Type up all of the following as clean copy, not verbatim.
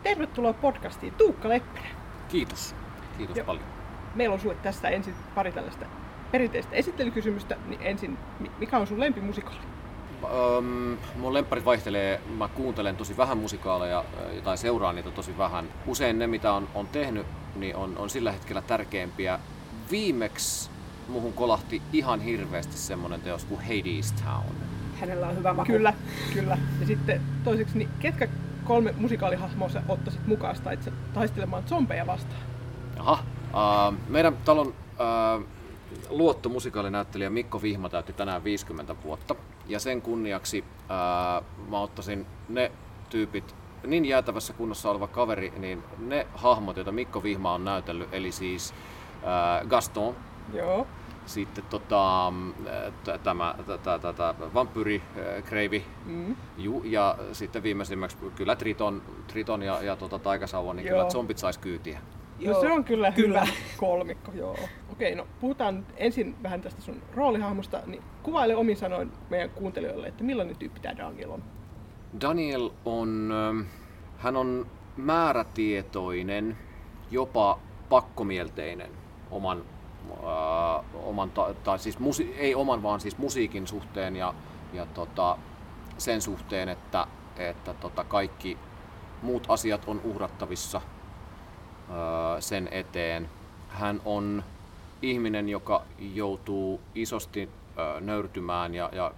Tervetuloa podcastiin, Tuukka Leppänen. Kiitos. Kiitos paljon. Meillä on sulle tässä ensin pari tällaista perinteistä esittelykysymystä. Niin ensin, mikä on sun lempimusikaali? Mun lempparit vaihtelee. Mä kuuntelen tosi vähän musikaaleja tai seuraan niitä tosi vähän. Usein ne, mitä on tehnyt, niin on sillä hetkellä tärkeimpiä. Viimeksi muhun kolahti ihan hirveästi semmonen teos kuin Hadestown. Hänellä on hyvä maku. Kyllä. Ja sitten toiseksi, niin ketkä 3 musikaalihahmoa sä ottaisit mukaan taistelemaan zombeja vastaan? Meidän talon luottomusikaalinäyttelijä Mikko Vihma täytti tänään 50 vuotta. Ja sen kunniaksi mä ottaisin ne tyypit, niin jäätävässä kunnossa oleva kaveri, niin ne hahmot, joita Mikko Vihma on näytellyt, eli siis Gaston. Joo. Sitten tämä vampyyri Kreivi ja sitten viimeisimmäksi kyllä Triton ja taikasauva, niin kyllä zombit sais kyytiä. No se on kyllä hyvä kolmikko, joo. Okei, no puhutaan ensin vähän tästä sun roolihahmosta, niin kuvaile omin sanoin meidän kuuntelijoille, että millainen tyyppi tämä Daniel on? Daniel hän on määrätietoinen, jopa pakkomielteinen ei oman, vaan siis musiikin suhteen ja sen suhteen, että kaikki muut asiat on uhrattavissa sen eteen. Hän on ihminen, joka joutuu isosti nöyrtymään ja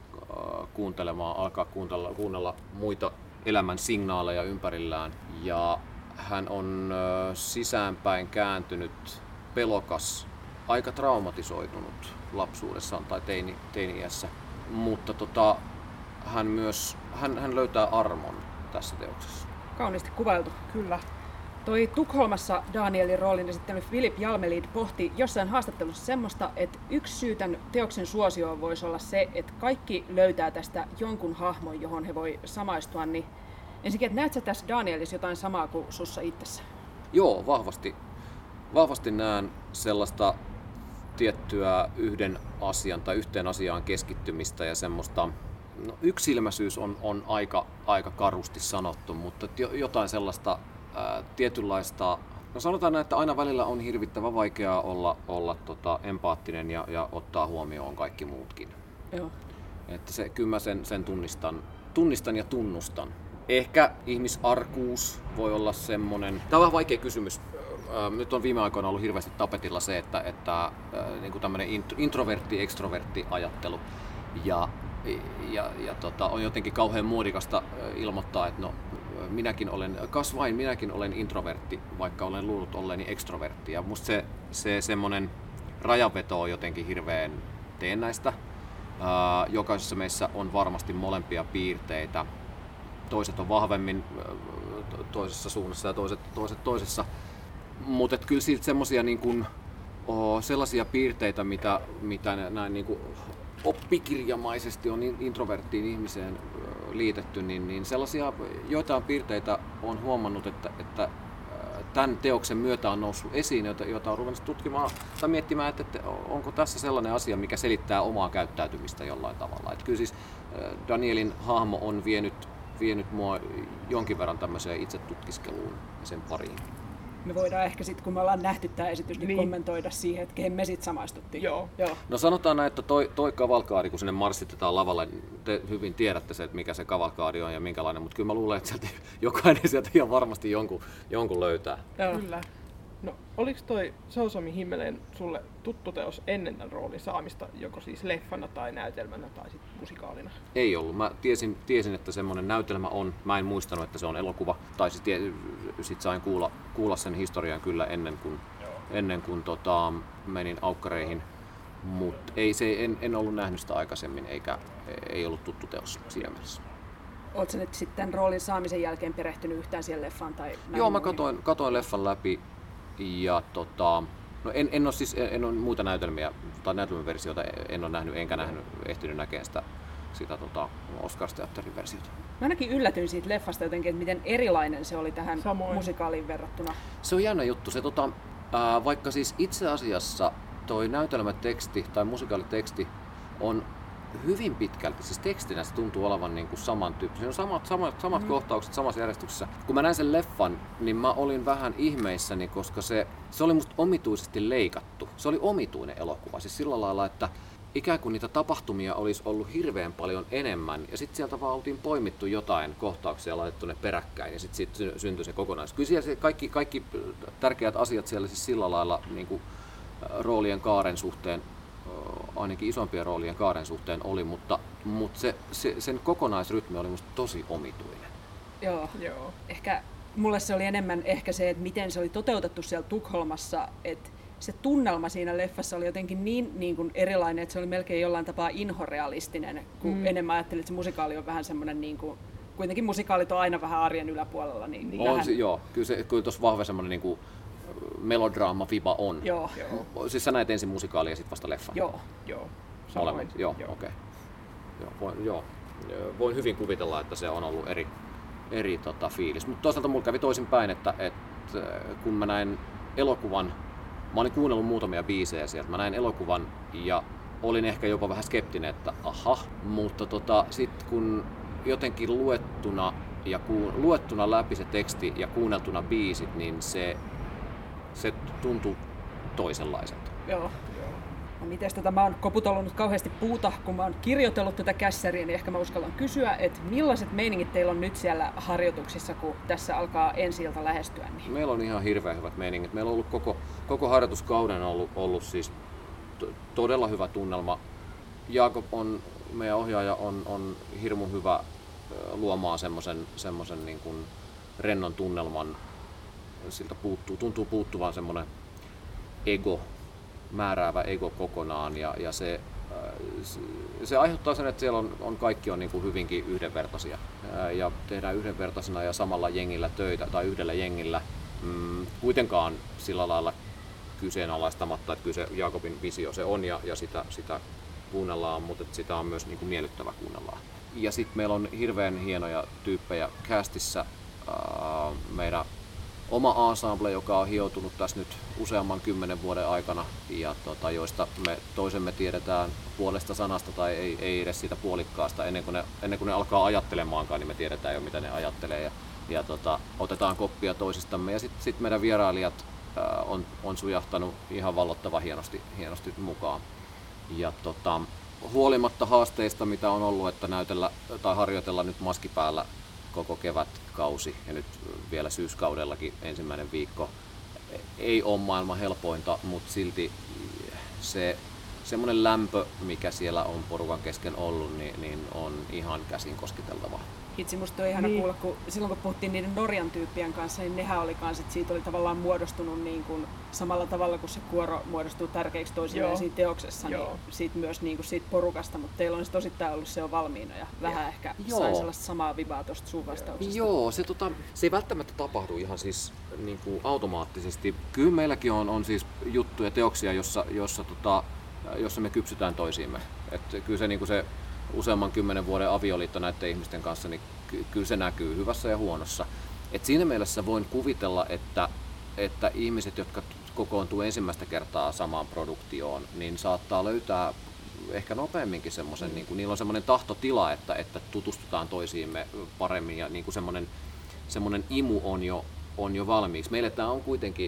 alkaa kuunnella muita elämän signaaleja ympärillään. Ja hän on sisäänpäin kääntynyt, pelokas, aika traumatisoitunut lapsuudessaan tai teini-iässä. Mutta hän löytää armon tässä teoksessa. Kauniisti kuvailtu. Kyllä. Toi Tukholmassa Danielin roolin esittänyt Philip Jalmelid pohti jossain haastattelussa semmoista, että yksi syy tämän teoksen suosioon voisi olla se, että kaikki löytää tästä jonkun hahmon, johon he voi samaistua. Niin ensinnäkin, että näet sä tässä Danielissa jotain samaa kuin sussa itsessä? Joo, vahvasti näen sellaista tiettyä yhden asian tai yhteen asiaan keskittymistä ja semmoista, yksilmäisyys on aika karusti sanottu, mutta jotain sellaista tietynlaista, sanotaan näin, että aina välillä on hirvittävän vaikeaa olla empaattinen ja ottaa huomioon kaikki muutkin. Joo. Että kyllä mä sen tunnistan ja tunnustan. Ehkä ihmisarkuus voi olla semmonen. Tämä on vähän vaikea kysymys. Nyt on viime aikoina ollut hirveästi tapetilla se, että niin kuin tämmöinen introvertti-extrovertti ajattelu. Ja on jotenkin kauhean muodikasta ilmoittaa, että minäkin olen introvertti, vaikka olen luullut olleeni extrovertti. Ja musta se semmoinen rajanveto on jotenkin hirveän teennäistä. Jokaisessa meissä on varmasti molempia piirteitä. Toiset on vahvemmin toisessa suunnassa ja toiset toisessa. Mutta kyllä siitä semmosia niin kuin sellaisia piirteitä, mitä näin niin kuin oppikirjamaisesti on introverttiin ihmiseen liitetty, niin sellaisia joitain piirteitä on huomannut, että tämän teoksen myötä on noussut esiin, joita on ruvennut tutkimaan tai miettimään, että onko tässä sellainen asia, mikä selittää omaa käyttäytymistä jollain tavalla. Että kyllä siis Danielin hahmo on vienyt mua jonkin verran tämmöiseen itsetutkiskeluun ja sen pariin. Me voidaan ehkä sitten, kun me ollaan nähty tämä esitys, niin kommentoida siihen, että kehen me sitten samaistuttiin. Joo. No sanotaan näin, että toi kavalkaadi, kun sinne marssitetaan lavalle, te hyvin tiedätte se, että mikä se kavalkaadi on ja minkälainen, mutta kyllä mä luulen, että jokainen sieltä ihan varmasti jonkun löytää. Joo. Kyllä. No, oliko toi Sousomin himmeleen sulle tuttu teos ennen tämän roolin saamista, joko siis leffana tai näytelmänä tai sitten musikaalina? Ei ollut. Mä tiesin, että semmoinen näytelmä on. Mä en muistanut, että se on elokuva. Tai sit sain kuulla sen historian kyllä ennen kuin menin aukkareihin. Mutta en ollut nähnyt sitä aikaisemmin, ei ollut tuttu teos siinä mielessä. Oletko sä nyt sitten tämän roolin saamisen jälkeen perehtynyt yhtään siihen leffaan? Joo, mä katoin leffan läpi. Ja en ole muita näytelmiä tai näytelmäversioita en ole nähnyt enkä ehtinyt näkemään sitä Oscarsteatterin versiota. Mä ainakin yllätyin siitä leffasta jotenkin, että miten erilainen se oli tähän musikaaliin verrattuna. Se on jännä juttu. Se, vaikka siis itse asiassa toi näytelmäteksti tai musikaaliteksti on hyvin pitkälti, siis tekstinä se tuntuu olevan niin kuin samantyyppinen. Se on samat kohtaukset samassa järjestyksessä. Kun mä näin sen leffan, niin mä olin vähän ihmeissäni, koska se oli musta omituisesti leikattu. Se oli omituinen elokuva, siis sillä lailla, että ikään kuin niitä tapahtumia olisi ollut hirveän paljon enemmän, ja sitten sieltä vaan oltiin poimittu jotain kohtauksia ja laitettu ne peräkkäin, ja sitten siitä syntyi se kokonaisuus. Kyllä siellä kaikki tärkeät asiat siellä siis sillä lailla niin kuin roolien kaaren suhteen, ainakin isompien roolien kaaren suhteen oli, mutta sen kokonaisrytmi oli musta tosi omituinen. Joo. Ehkä mulle se oli enemmän ehkä se, että miten se oli toteutettu siellä Tukholmassa, että se tunnelma siinä leffassa oli jotenkin niin kuin erilainen, että se oli melkein jollain tapaa inhorealistinen, kun enemmän ajattelin, että se musikaali on vähän semmoinen, niin kuin, kuitenkin musikaalit on aina vähän arjen yläpuolella. Niin on, vähän... Joo, kyllä tuossa vahva semmoinen niin kuin melodraama-viba on. Joo. Siis sä näet ensin musikaalia ja sitten vasta leffan? Joo. Molemmat? Joo, okei. Voin hyvin kuvitella, että se on ollut eri fiilis. Mutta toisaalta mulla kävi toisinpäin, että kun mä näin elokuvan, mä olin kuunnellut muutamia biisejä sieltä, mä näin elokuvan ja olin ehkä jopa vähän skeptinen, että mutta sitten kun jotenkin luettuna läpi se teksti ja kuunneltuna biisit, niin se tuntui toisenlaiselta. Joo. No mites mä oon koputellut nyt kauheasti puuta, kun mä oon kirjoitellut tätä kässäriä, niin ehkä mä uskallan kysyä, että millaiset meiningit teillä on nyt siellä harjoituksissa, kun tässä alkaa ensi-ilta lähestyä? Niin? Meillä on ihan hirveän hyvät meiningit. Meillä on ollut koko harjoituskauden ollut siis todella hyvä tunnelma. Jaakob meidän ohjaaja on hirmu hyvä luomaan semmoisen niin kuin rennon tunnelman. Siltä tuntuu puuttuvan semmoinen määräävä ego kokonaan ja se aiheuttaa sen, että siellä on kaikki on niin kuin hyvinkin yhdenvertaisia ja tehdään yhdenvertaisena ja samalla jengillä töitä tai yhdellä jengillä kuitenkaan sillä lailla kyseenalaistamatta, että kyllä se Jaakobin visio se on ja sitä kuunnellaan, mutta sitä on myös niin kuin miellyttävä kuunnellaan. Ja sitten meillä on hirveän hienoja tyyppejä castissa, meidän oma ensemble, joka on hioutunut tässä nyt useamman 10 vuoden aikana ja joista me toisemme tiedetään puolesta sanasta tai ei edes siitä puolikkaasta ennen kuin ne alkaa ajattelemaankaan, niin me tiedetään jo mitä ne ajattelee ja otetaan koppia toisistamme ja sitten meidän vierailijat on sujahtanut ihan vallottavan hienosti mukaan ja huolimatta haasteista mitä on ollut, että näytellä tai harjoitella nyt maski päällä koko kevätkausi ja nyt vielä syyskaudellakin ensimmäinen viikko ei ole maailman helpointa, mutta silti se semmoinen lämpö, mikä siellä on porukan kesken ollut, niin on ihan käsin kosketeltavaa. Hitsi, musta on ihana kuulla, kun silloin kun puhuttiin niiden Norjan tyyppien kanssa, niin nehän oli kans, että siitä oli tavallaan muodostunut niin kuin samalla tavalla, kun se kuoro muodostuu tärkeiksi toisilleen siinä teoksessa, niin siitä myös niin kuin siitä porukasta, mutta teillä on osittain ollut se jo valmiina ja vähän ehkä sain sellaista samaa vibaa tuosta sun vastauksesta. Joo, se ei välttämättä tapahdu ihan siis niin kuin automaattisesti. Kyllä meilläkin on siis juttuja, teoksia, jossa me kypsytään toisiimme. Että kyllä se, niin kuin se useamman 10 vuoden avioliitto näiden ihmisten kanssa, niin kyllä se näkyy hyvässä ja huonossa. Et siinä mielessä voin kuvitella, että ihmiset, jotka kokoontuu ensimmäistä kertaa samaan produktioon, niin saattaa löytää ehkä nopeamminkin semmoisen, niin kuin, niillä on semmoinen tahtotila, että tutustutaan toisiimme paremmin ja niin kuin semmoinen imu on jo valmiiksi. Meille tämä on kuitenkin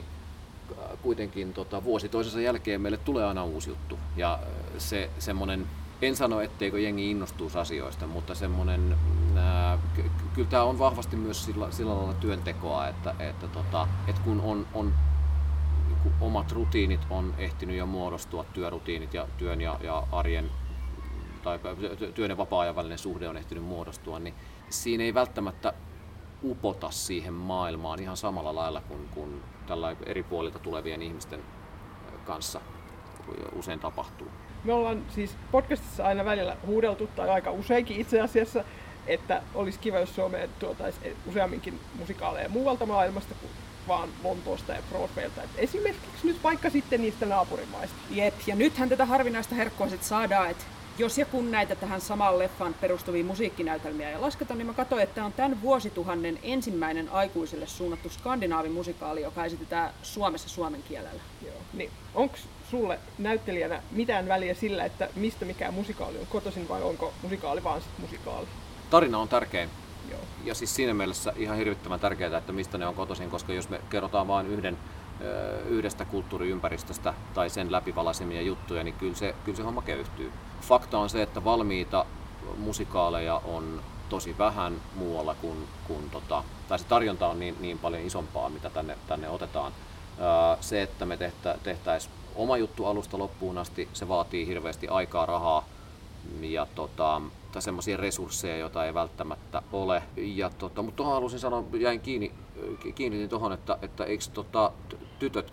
vuosi toisensa jälkeen meille tulee aina uusi juttu ja se semmoinen, en sano etteikö jengi innostuisi asioista, mutta semmoinen, kyllä tämä on vahvasti myös sillä lailla työntekoa, että kun on omat rutiinit on ehtinyt jo muodostua, työrutiinit ja työn ja arjen tai työn ja vapaa-ajan välinen suhde on ehtinyt muodostua, niin siinä ei välttämättä upota siihen maailmaan ihan samalla lailla kuin tällä eri puolilta tulevien ihmisten kanssa usein tapahtuu. Me ollaan siis podcastissa aina välillä huudeltu, tai aika useinkin itse asiassa, että olisi kiva, jos Suomeen tuotaisiin useamminkin musikaaleja muualta maailmasta kuin vaan Lontoosta ja Broadwaylta. Esimerkiksi nyt vaikka sitten niistä naapurimaista. Jep, ja nythän tätä harvinaista herkkua sit saadaan, että jos ja kun näitä tähän samaan leffaan perustuvia musiikkinäytelmiä ja lasketaan, niin mä katsoin, että tämä on tämän vuosituhannen ensimmäinen aikuisille suunnattu skandinaavimusikaali, joka esitetään Suomessa suomen kielellä. Joo. Niin, onko sulle näyttelijänä mitään väliä sillä, että mistä mikään musikaali on kotoisin vai onko musikaali vaan sit musikaali? Tarina on tärkein. Joo. Ja siis siinä mielessä ihan hirvittävän tärkeää, että mistä ne on kotoisin, koska jos me kerrotaan vain yhdestä kulttuuriympäristöstä tai sen läpivalaisemia juttuja, niin kyllä se homma köyhtyy. Fakta on se, että valmiita musikaaleja on tosi vähän muualla tai se tarjonta on niin paljon isompaa, mitä tänne otetaan. Se, että me tehtäisiin oma juttu alusta loppuun asti, se vaatii hirveästi aikaa, rahaa ja tai semmoisia resursseja, joita ei välttämättä ole. Mutta tuohon halusin sanoa, kiinnitin tuohon, että eikö Tytöt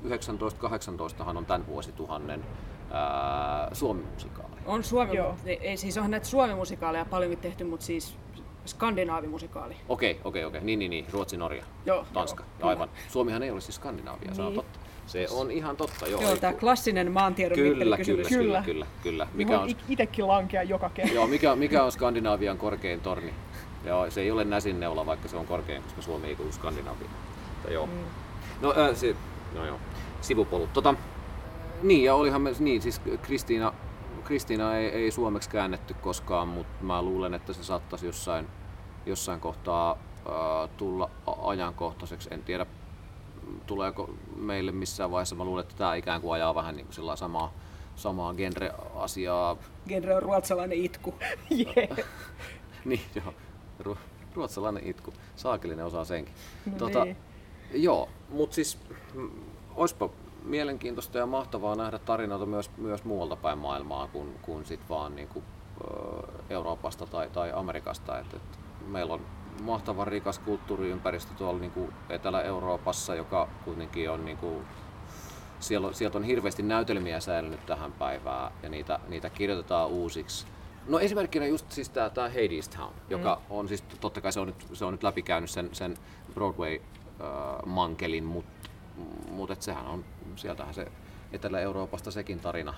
1918 on tämän vuosituhannen suomimusikaali? On ei siis onhan näitä suomimusikaaleja paljonkin tehty, mutta siis skandinaavimusikaali. Okei. Niin. Ruotsi, Norja, Joo, Tanska. joo, aivan. Suomihan ei ole siis Skandinaavia, niin. Se on totta. Se on ihan totta. Joo, tämä klassinen maantiedon mittelikysymys. Kyllä. Itsekin lankeaa joka kerta. Joo, mikä on Skandinavian korkein torni? Joo, se ei ole Näsinneula, vaikka se on korkein, koska Suomi ei kuulu Skandinaviaan. Joo. No joo, sivupolut. Niin, ja olihan siis Kristiina ei suomeksi käännetty koskaan, mutta mä luulen, että se saattaisi jossain kohtaa tulla ajankohtaiseksi. En tiedä, tuleeko meille missään vaiheessa. Mä luulen, että tämä ikään kuin ajaa vähän niin kuin samaa genre-asiaa. Genre on ruotsalainen itku. Yeah. Niin, joo. Ruotsalainen itku. Saakelinen osaa senkin. Niin. Joo, mutta siis olisipa mielenkiintoista ja mahtavaa nähdä tarinoita myös muualta päin maailmaa kuin sit vaan niin kuin, Euroopasta tai Amerikasta. Et meillä on mahtavan rikas kulttuuriympäristö tuolla niin kuin Etelä-Euroopassa, joka kuitenkin on niin kuin, sieltä on hirveästi näytelmiä säilynyt tähän päivään ja niitä kirjoitetaan uusiksi. No esimerkkinä just siis tää Hadestown, joka on siis totta kai se on nyt läpikäynyt sen Broadway-mankelin, mutta sehän on, sieltähän se Etelä-Euroopasta sekin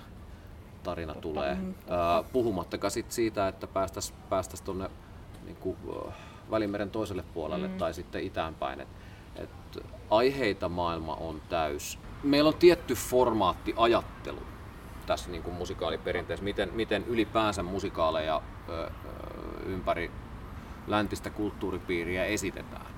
tarina tulee. Puhumattakaan sit siitä, että päästäis tuonne niinku, Välimeren toiselle puolelle tai sitten itäänpäin. Et aiheita maailma on täys. Meillä on tietty formaattiajattelu tässä niin kuin musikaaliperinteessä, miten ylipäänsä musikaaleja ympäri läntistä kulttuuripiiriä esitetään.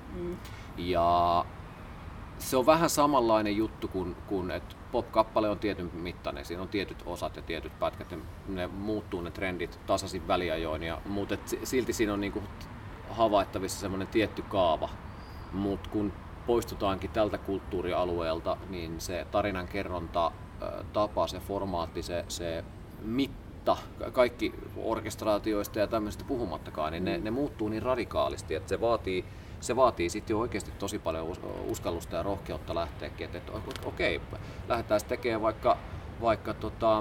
Ja se on vähän samanlainen juttu kuin että pop-kappale on tietyn mittainen, siinä on tietyt osat ja tietyt pätkät, ne muuttuu ne trendit tasaisin väliajoin, mutta silti siinä on niinku havaittavissa semmoinen tietty kaava. Mutta kun poistutaankin tältä kulttuurialueelta, niin se tarinankerronta tapa, se formaatti, se mitta, kaikki orkestraatioista ja tämmöistä puhumattakaan, niin ne muuttuu niin radikaalisti, että se vaatii sitten jo oikeasti tosi paljon uskallusta ja rohkeutta lähteäkin, että okei, lähdetään tekemään vaikka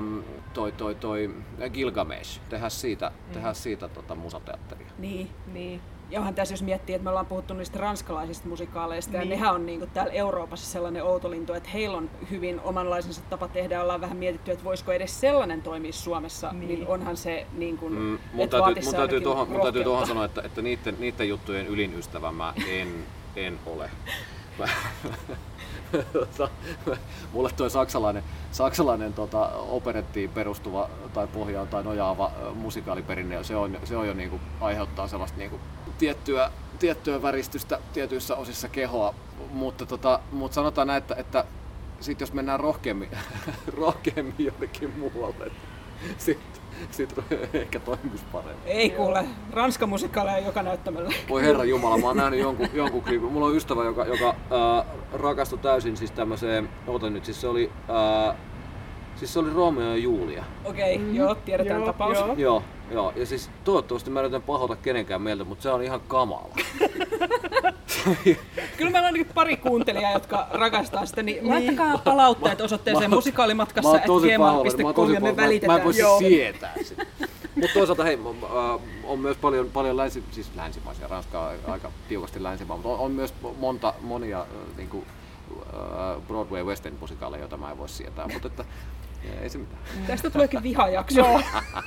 toi Gilgamesh, tehdään siitä musateatteria. Niin. Ja onhan tässä jos miettii, että me ollaan puhuttu niistä ranskalaisista musikaaleista ja nehän on niin kuin täällä Euroopassa sellainen outolintu, että heillä on hyvin omanlaisensa tapa tehdä ja ollaan vähän mietitty, että voisiko edes sellainen toimia Suomessa, niin onhan se niin kuin, mun täytyy tuohon sanoa, että niiden juttujen ylin ystävä mä en ole. Mulle tuo saksalainen operettiin perustuva tai pohjaan tai nojaava musikaaliperinne, se on jo niinku aiheuttaa sellaista niinku tiettyä väristystä tietyissä osissa kehoa, mutta sanotaan näin, että sit jos mennään rohkeammin jonnekin muualle, sit ehkä toimisi paremmin. Ei kuule, Ranskan musikaaleja joka näyttämällä. Voi herra jumala, mä oon nähnyt jonkun klipin. Mulla on ystävä, joka rakastui täysin siis tämmöiseen, siis se oli Romeo ja Julia. Okei, joo, tiedetään tapaus. Joo, ja siis toivottavasti mä en yritän pahoita kenenkään mieltä, mutta se on ihan kamala. Kyllä meillä on nyt pari kuuntelijaa, jotka rakastaa sitä, niin laittakaa palautteet osoitteeseen musikaalimatkassa@gmail.com ja me välitetään. Mä en voisi sietää sitä. Mutta toisaalta hei, on myös paljon länsimaisia, Ranska on aika tiukasti länsimaa, mutta on myös monia niinku Broadway West End musikaaleja, joita mä en voi sietää. Mutta Ei se mitään. Tästä tuleekin vihajakso. Joo.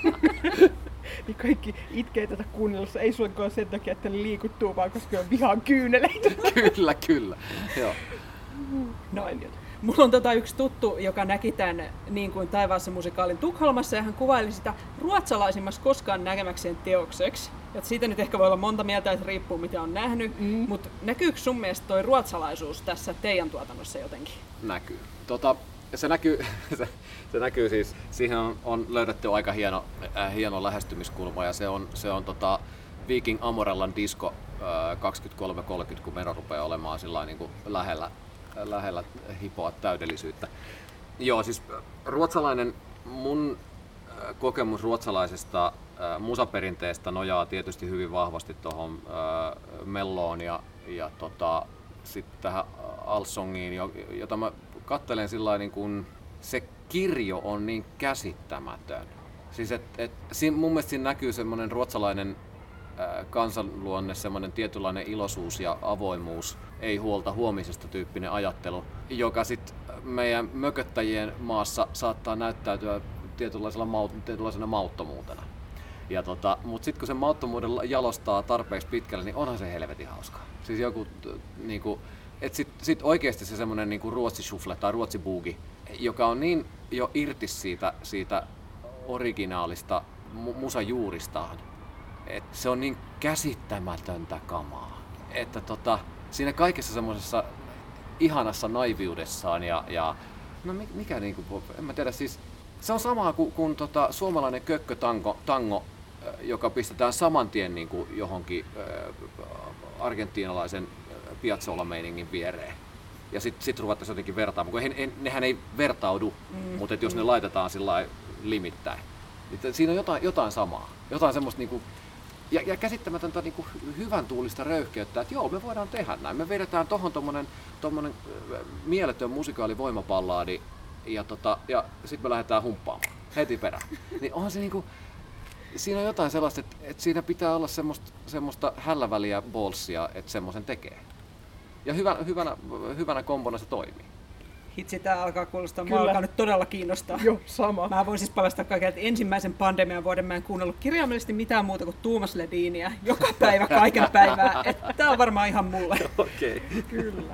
Niin kaikki itkee tätä kuunnellessa, ei suinkaan sen takia, että ne liikuttuu, vaan koska on vihan kyyneleitä. Kyllä. Joo. Mainiota. Mulla on yksi tuttu, joka näki tämän Niin kuin taivaassa -musikaalin Tukholmassa, ja hän kuvaili sitä ruotsalaisimmassa koskaan näkemäkseen teokseksi. Ja siitä nyt ehkä voi olla monta mieltä, että riippuu mitä on nähnyt, mutta näkyykö sun mielestä toi ruotsalaisuus tässä teidän tuotannossa jotenkin? Näkyy. Se näkyy siis, siihen on löydetty aika hieno lähestymiskulma, ja se on Viking Amorellan disco 23:30, kun meno rupeaa olemaan sillä niin kuin lähellä hipoa täydellisyyttä. Joo, siis mun kokemus ruotsalaisesta musaperinteestä nojaa tietysti hyvin vahvasti tuohon melloon ja sitten tähän allsongiin, jota mä katselen sillä niin kuin se kirjo on niin käsittämätön. Siis mun mielestä siinä näkyy semmoinen ruotsalainen kansanluonne, semmoinen tietynlainen iloisuus ja avoimuus, ei huolta huomisesta -tyyppinen ajattelu, joka sitten meidän mököttäjien maassa saattaa näyttäytyä tietynlaisena mauttomuutena. Mutta sitten kun sen mauttomuuden jalostaa tarpeeksi pitkälle, niin onhan se helvetin hauskaa. Siis joku niinku, et sit oikeesti se semmonen niinku ruotsishuffle tai ruotsibuugi, joka on niin jo irti siitä originaalista musajuuristaan, että se on niin käsittämätöntä kamaa, että siinä kaikessa semmoisessa ihanassa naiviudessaan ja no mikä niinku, en mä tiedä, siis se on samaa kuin suomalainen kökkötango, joka pistetään saman tien niinku johonkin argentiinalaisen Piazzolla-meiningin viereen. Ja sit ruvettaisiin jotenkin vertaamaan, kun nehän ei vertaudu, mutta jos ne laitetaan sillä limittäin. Niin siinä on jotain samaa, jotain semmoista niinku, ja käsittämätöntä niinku hyvän tuulista röyhkeyttä, että joo, me voidaan tehdä näin. Me vedetään tohon tommonen mieletön musikaalivoimapallaadi ja sit me lähdetään humppaamaan heti perään. Niin onhan se niinku, siinä on jotain sellaista, että siinä pitää olla semmoista hälläväliä ballsia, että semmoisen tekee. Ja hyvänä kombona se toimii. Hitsi, tää alkaa kuulostaa. Mä alkaa nyt todella kiinnostaa. Joo, sama. Mä voin siis paljastaa kaikille, että ensimmäisen pandemian vuoden mä en kuunnellut kirjaimellisesti mitään muuta kuin Tuomas Lediniä joka päivä, kaiken päivää. Että tää on varmaan ihan mulle. Okei. Kyllä.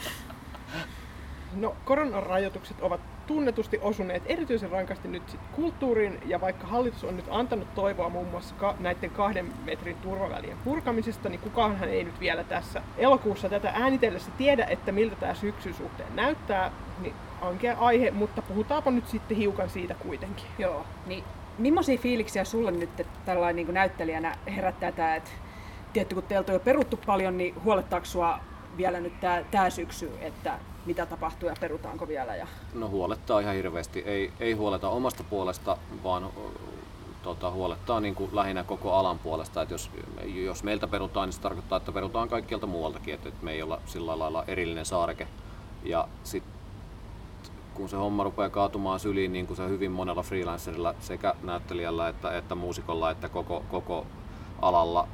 No, koronarajoitukset ovat tunnetusti osuneet erityisen rankasti nyt kulttuuriin, ja vaikka hallitus on nyt antanut toivoa muun muassa näiden 2 metrin turvavälien purkamisesta, niin kukaanhan ei nyt vielä tässä elokuussa tätä äänitellessä tiedä, että miltä tämä syksyn suhteen näyttää, niin ankea aihe, mutta puhutaanpa nyt sitten hiukan siitä kuitenkin. Joo, niin millaisia fiiliksiä sulle nyt tällainen niin kuin näyttelijänä herättää tämä, että tietty kun teiltä on jo peruttu paljon, niin huolettaako sua vielä nyt tämä syksy, että mitä tapahtuu ja perutaanko vielä? No huolettaa ihan hirveästi. Ei huoleta omasta puolesta, vaan huolettaa niin kuin lähinnä koko alan puolesta. Et jos meiltä perutaan, niin se tarkoittaa, että perutaan kaikkialta muualtakin. Että me ei olla sillä lailla erillinen saareke. Ja sitten kun se homma rupeaa kaatumaan syliin, niin kuin se hyvin monella freelancerilla, sekä näyttelijällä että muusikolla, että koko alalla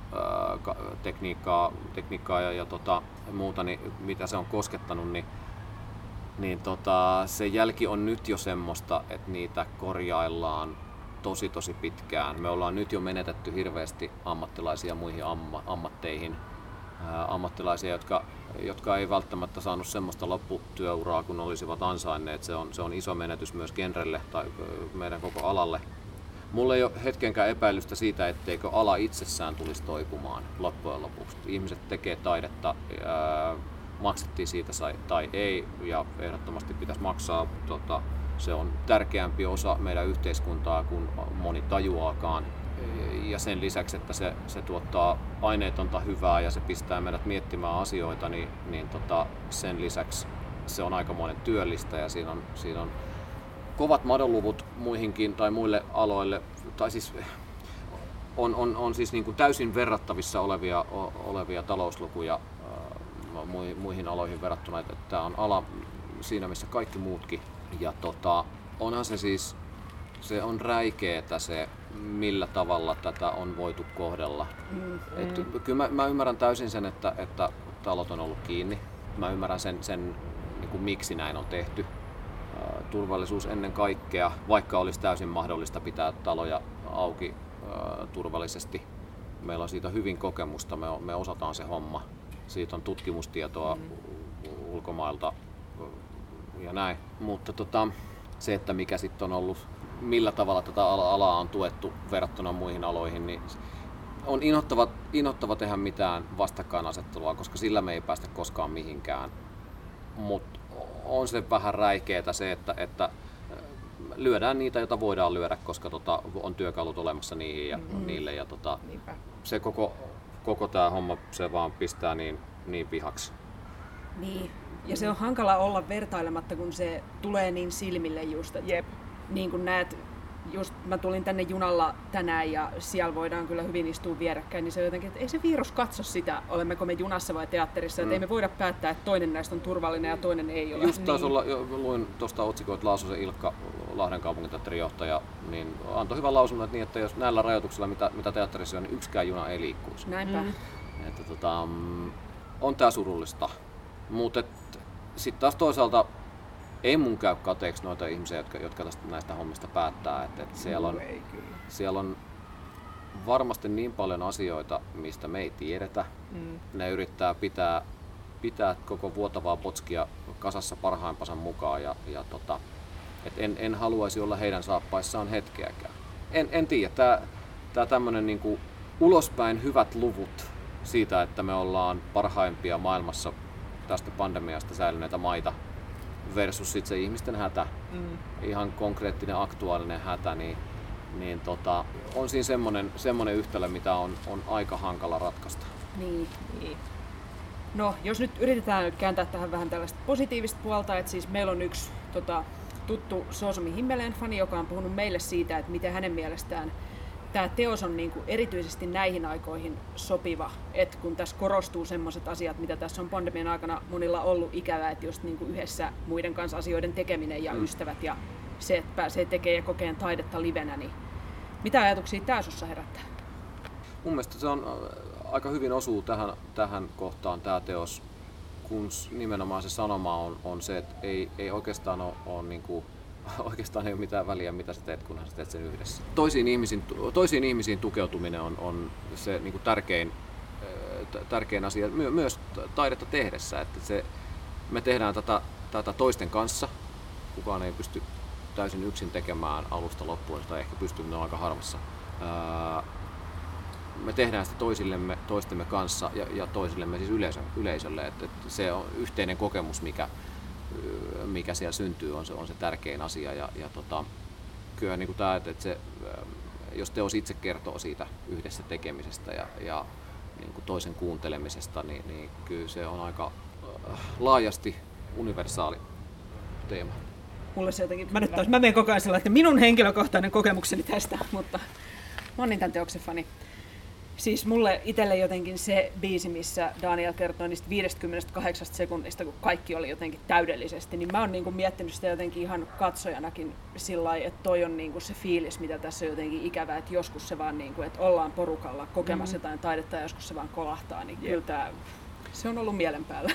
tekniikkaa ja muuta, niin mitä se on koskettanut, niin se jälki on nyt jo semmoista, että niitä korjaillaan tosi pitkään. Me ollaan nyt jo menetetty hirveästi ammattilaisia muihin ammatteihin. Ammattilaisia, jotka ei välttämättä saanut semmoista lopputyöuraa, kun olisivat ansainneet. Se on iso menetys myös genrelle tai meidän koko alalle. Mulla ei ole hetkenkään epäilystä siitä, etteikö ala itsessään tulisi toipumaan loppujen lopuksi. Ihmiset tekee taidetta, maksettiin siitä tai ei, ja ehdottomasti pitäisi maksaa. Se on tärkeämpi osa meidän yhteiskuntaa kuin moni tajuaakaan. Ja sen lisäksi, että se tuottaa aineetonta hyvää ja se pistää meidät miettimään asioita, niin sen lisäksi se on aikamoinen työllistä ja siinä on kovat madonluvut muihinkin tai muille aloille, tai siis on siis niin kuin täysin verrattavissa olevia talouslukuja muihin aloihin verrattuna, että tämä on ala siinä missä kaikki muutkin. Ja onhan se siis, se on räikeetä se, millä tavalla tätä on voitu kohdella. Kyllä mä ymmärrän täysin sen, että talot on ollut kiinni. Mä ymmärrän sen niin kuin miksi näin on tehty. turvallisuus ennen kaikkea, vaikka olisi täysin mahdollista pitää taloja auki turvallisesti. Meillä on siitä hyvin kokemusta, me osataan se homma. Siitä on tutkimustietoa ulkomailta ja näin. Mutta se, että mikä sitten on ollut, millä tavalla tätä alaa on tuettu verrattuna muihin aloihin, niin on inhottava tehdä mitään vastakkainasettelua, koska sillä me ei päästä koskaan mihinkään. Mutta on se vähän räikeetä se, että lyödään niitä, joita voidaan lyödä, koska on työkalut olemassa niihin ja niille. Ja se koko tämä homma se vaan pistää niin vihaksi. Niin, ja se on hankala olla vertailematta, kun se tulee niin silmille just. Jep. Niin kuin näet, just mä tulin tänne junalla tänään ja siellä voidaan kyllä hyvin istua vierekkäin, niin se on jotenkin, että ei se virus katso sitä, olemmeko me junassa vai teatterissa, että ei me voida päättää, että toinen näistä on turvallinen ja toinen ei ole. Just taisi olla, luin tuosta otsikoa, että Laasosen Ilkka, Lahden kaupunginteatterin johtaja, niin antoi hyvän lausunnon, että jos näillä rajoituksilla, mitä teatterissa on, niin yksikään juna ei liikkuisi. Näinpä. Että on tää surullista, mutta sitten taas toisaalta ei mun käy kateeksi noita ihmisiä, jotka näistä hommista päättää. Siellä on varmasti niin paljon asioita, mistä me ei tiedetä. Ne yrittää pitää koko vuotavaa potskia kasassa parhaimpansa mukaan. En haluaisi olla heidän saappaissaan hetkeäkään. En tiedä. Tää tämmönen niinku ulospäin hyvät luvut siitä, että me ollaan parhaimpia maailmassa tästä pandemiasta säilyneitä maita, versus sit se ihmisten hätä, ihan konkreettinen aktuaalinen hätä, niin on siinä semmonen yhtälö, mitä on aika hankala ratkaista. Niin. No, jos nyt yritetään kääntää tähän vähän tällaista positiivista puolta, että siis meillä on yksi tuttu Soosomi Himmeleen-fani, joka on puhunut meille siitä, että miten hänen mielestään tämä teos on niinku erityisesti näihin aikoihin sopiva, että kun tässä korostuu sellaiset asiat, mitä tässä on pandemian aikana monilla ollut ikävää, että just niinku yhdessä muiden kanssa asioiden tekeminen ja ystävät ja se, että pääsee tekemään ja kokeen taidetta livenä, niin mitä ajatuksia tämä sussa herättää? Mun mielestä se on aika hyvin osuu tähän kohtaan tämä teos, kun nimenomaan se sanoma on se, että ei oikeastaan ole niinku oikeastaan ei ole mitään väliä, mitä sä teet, kunhan sä teet sen yhdessä. Toisiin ihmisiin tukeutuminen on se niin kuin tärkein asia myös taidetta tehdessä. Että me tehdään tätä toisten kanssa. Kukaan ei pysty täysin yksin tekemään alusta loppuun, tai ehkä pystyy, ne on aika harvassa. Me tehdään sitä toistemme kanssa ja toisillemme siis yleisölle. Että se on yhteinen kokemus, mikä siellä syntyy, on se tärkein asia. Kyllä niin kuin tämä, että jos teos itse kertoo siitä yhdessä tekemisestä ja niin kuin toisen kuuntelemisesta, niin kyllä se on aika laajasti universaali teema. Mulle se jotenkin, mä menen koko ajan sillä, että minun henkilökohtainen kokemukseni tästä, mutta mä oon niin tämän teoksen fani. Siis mulle itselle jotenkin se biisi, missä Daniel kertoo niistä 58 sekunnista, kun kaikki oli jotenkin täydellisesti, niin mä oon niinku miettinyt sitä jotenkin ihan katsojanakin sillä lailla, että toi on niinku se fiilis, mitä tässä on jotenkin ikävää, että joskus se vaan niinku, että ollaan porukalla kokemassa jotain taidetta ja joskus se vaan kolahtaa, niin kyllä se on ollut mielen päällä.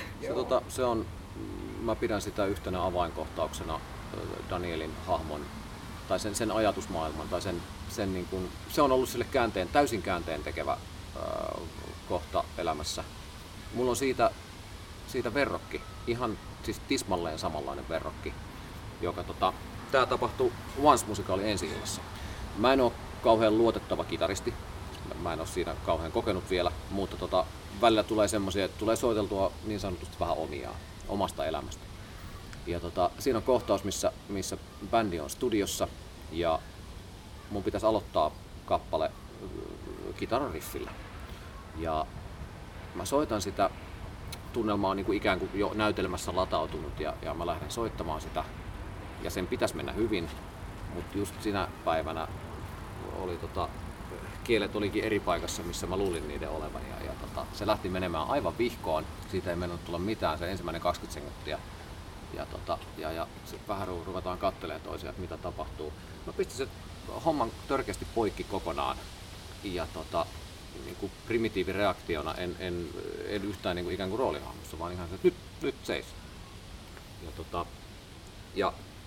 Mä pidän sitä yhtenä avainkohtauksena Danielin hahmon tai sen ajatusmaailman tai sen niin kuin, se on ollut sille täysin käänteen tekevä kohta elämässä. Mulla on siitä verrokki, ihan siis tismalleen samanlainen verrokki, joka tää tapahtui Once-musikaalin ensi-illassa. Mä en oo kauhean luotettava kitaristi, mä en oo siinä kauhean kokenut vielä, mutta välillä tulee semmosia, että tulee soiteltua niin sanotusti vähän omasta elämästä. Ja siinä on kohtaus, missä bändi on studiossa ja mun pitäisi aloittaa kappale kitarariffillä. Ja mä soitan sitä, tunnelma on niin kuin ikään kuin jo näytelmässä latautunut ja mä lähden soittamaan sitä. Ja sen pitäisi mennä hyvin, mutta just sinä päivänä oli kielet olikin eri paikassa, missä mä luulin niiden olevan. Ja se lähti menemään aivan vihkoon, siitä ei mennyt tulla mitään se ensimmäinen 20 sekuntia. Ja sitten vähän ruvetaan katselemaan toisiaan, että mitä tapahtuu. Mä pistin sen homman törkeästi poikki kokonaan ja niin kuin primitiivireaktiona en yhtään niin kuin ikään kuin roolihahmossa, vaan ihan se, että nyt seis. Ja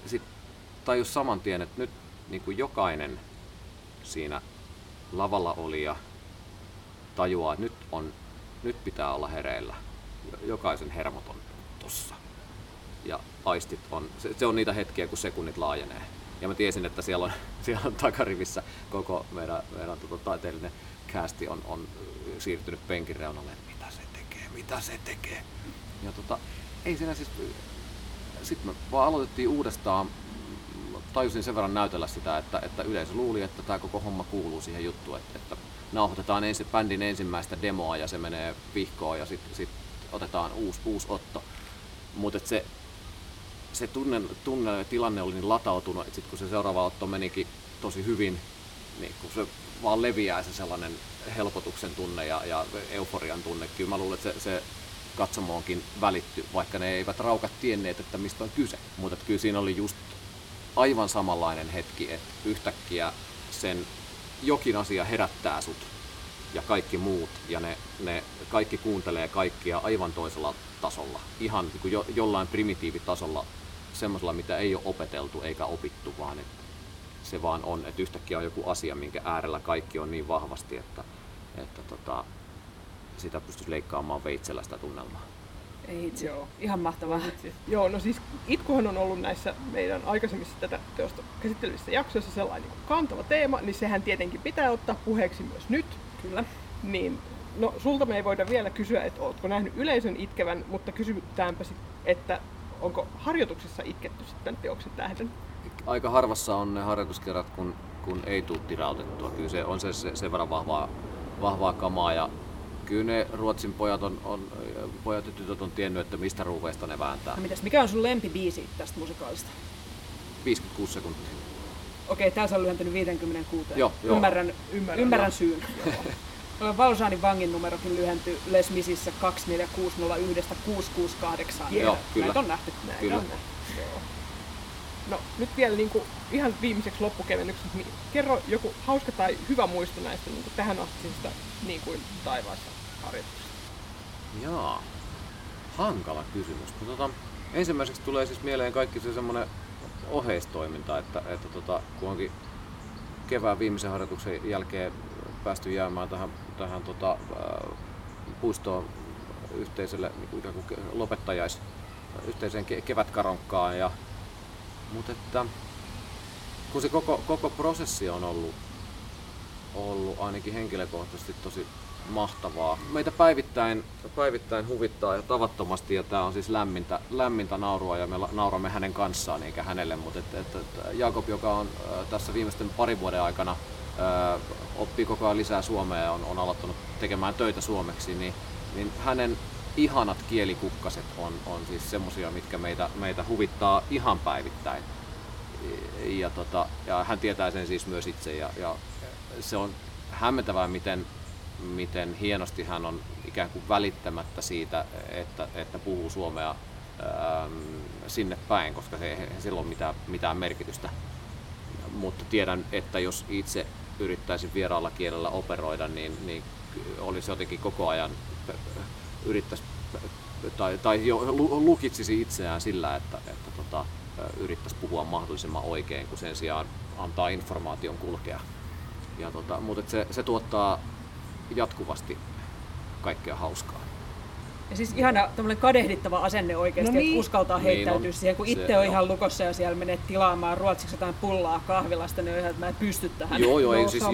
sitten tajus saman tien, että nyt niin kuin jokainen siinä lavalla olija tajuaa, että nyt pitää olla hereillä. Jokaisen hermot on tossa. Ja aistit on, se on niitä hetkiä, kun sekunnit laajenee. Ja mä tiesin, että siellä on takarivissä koko meidän taiteellinen casti on siirtynyt penkin reunalle, että mitä se tekee. Ja ei siinä siis, sitten me vaan aloitettiin uudestaan, tajusin sen verran näytellä sitä, että yleisö luuli, että tämä koko homma kuuluu siihen juttuun, että nauhoitetaan bändin ensimmäistä demoa ja se menee vihkoon ja sitten otetaan uusi otto. Mutta se tilanne oli niin latautunut, että sitten kun se seuraava otto menikin tosi hyvin, niin kun se vaan leviää se sellainen helpotuksen tunne ja euforian tunne. Kyllä mä luulen, että se katsomoonkin välitty, vaikka ne eivät raukat tienneet, että mistä on kyse. Mutta kyllä siinä oli just aivan samanlainen hetki, että yhtäkkiä sen jokin asia herättää sut ja kaikki muut ja ne kaikki kuuntelee kaikkia aivan toisella tasolla. Ihan niin kuin jollain primitiivitasolla, semmoisella mitä ei ole opeteltu eikä opittu, vaan että se vaan on, että yhtäkkiä on joku asia, minkä äärellä kaikki on niin vahvasti, että sitä pystyisi leikkaamaan veitsellä sitä tunnelmaa. Ei itse. Joo. Ihan mahtavaa. Joo, no siis Itkuhan on ollut näissä meidän aikaisemmissa tätä teosta käsittelyvissä jaksoissa sellainen niin kantava teema, niin sehän tietenkin pitää ottaa puheeksi myös nyt. Kyllä. Niin, no sulta me ei voida vielä kysyä, että ootko nähnyt yleisön itkevän, mutta kysytäänpä sitten, että onko harjoituksissa itketty sitten teoksen tähden? Aika harvassa on ne harjoituskerrat, kun ei tule tirautettua. Kyllä se on sen verran vahvaa kamaa. Ja kyllä ne Ruotsin pojat ja tytöt on tiennyt, että mistä ruuveista ne vääntää. No mitäs, mikä on sun lempibiisi tästä musikaalista? 56 sekuntia. Okei, täällä se on lyhentynyt 56. Joo. Ymmärrän syyn. Valsaanin vangin numerokin lyhentyi Les Misissä 24601-668. Joo, kyllä. Näitä on nähty. Kyllä. Joo. No nyt vielä niin kuin, ihan viimeiseksi loppukevennykseksi, niin kerro joku hauska tai hyvä muisto näistä niin kuin tähän astisista niin kuin taivaassa harjoituksista. Jaa, hankala kysymys. Ensimmäiseksi tulee siis mieleen kaikki se semmoinen oheistoiminta, että kun onkin kevään viimeisen harjoituksen jälkeen päästy jäämään tähän puistoon yhteiselle niin ikään kuin yhteiseen kevätkaronkkaan. Mutta että kun se koko prosessi on ollut ainakin henkilökohtaisesti tosi mahtavaa. Meitä päivittäin huvittaa ja tavattomasti, ja tämä on siis lämmintä naurua ja me nauramme hänen kanssaan eikä hänelle, mutta että Jaakob, joka on tässä viimeisten parin vuoden aikana oppii koko ajan lisää suomea ja on aloittanut tekemään töitä suomeksi, niin hänen ihanat kielikukkaset on siis semmosia, mitkä meitä huvittaa ihan päivittäin. Ja hän tietää sen siis myös itse ja se on hämmentävää, miten hienosti hän on ikään kuin välittämättä siitä, että puhuu suomea sinne päin, koska se ei sillä ole mitään merkitystä. Mutta tiedän, että jos itse yrittäisin vieraalla kielellä operoida, niin olisi jotenkin koko ajan yrittäisi tai jo lukitsisi itseään sillä, että yrittäisi puhua mahdollisimman oikein, kun sen sijaan antaa informaation kulkea. Mutta se tuottaa jatkuvasti kaikkea hauskaa. Ja siis ihana tämmöinen kadehdittava asenne oikeasti, no niin, että uskaltaa heittäytyä siihen, kun itse on ihan lukossa ja siellä menee tilaamaan ruotsiksi jotain pullaa kahvilasta, niin on ihan, että mä en pysty tähän. Joo, siis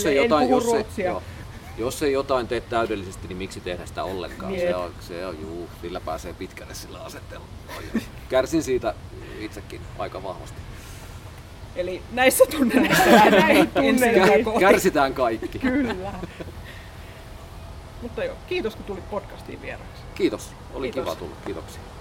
jos ei jotain tee täydellisesti, niin miksi tehdä sitä ollenkaan? Se on sillä pääsee pitkälle sillä asettelulla. Kärsin siitä itsekin aika vahvasti. Eli näissä tunnelmissa kärsitään kaikki. Kyllä. Mutta joo, kiitos kun tulit podcastiin vieraaksi. Kiitos, oli kiva tulla. Kiitoksia.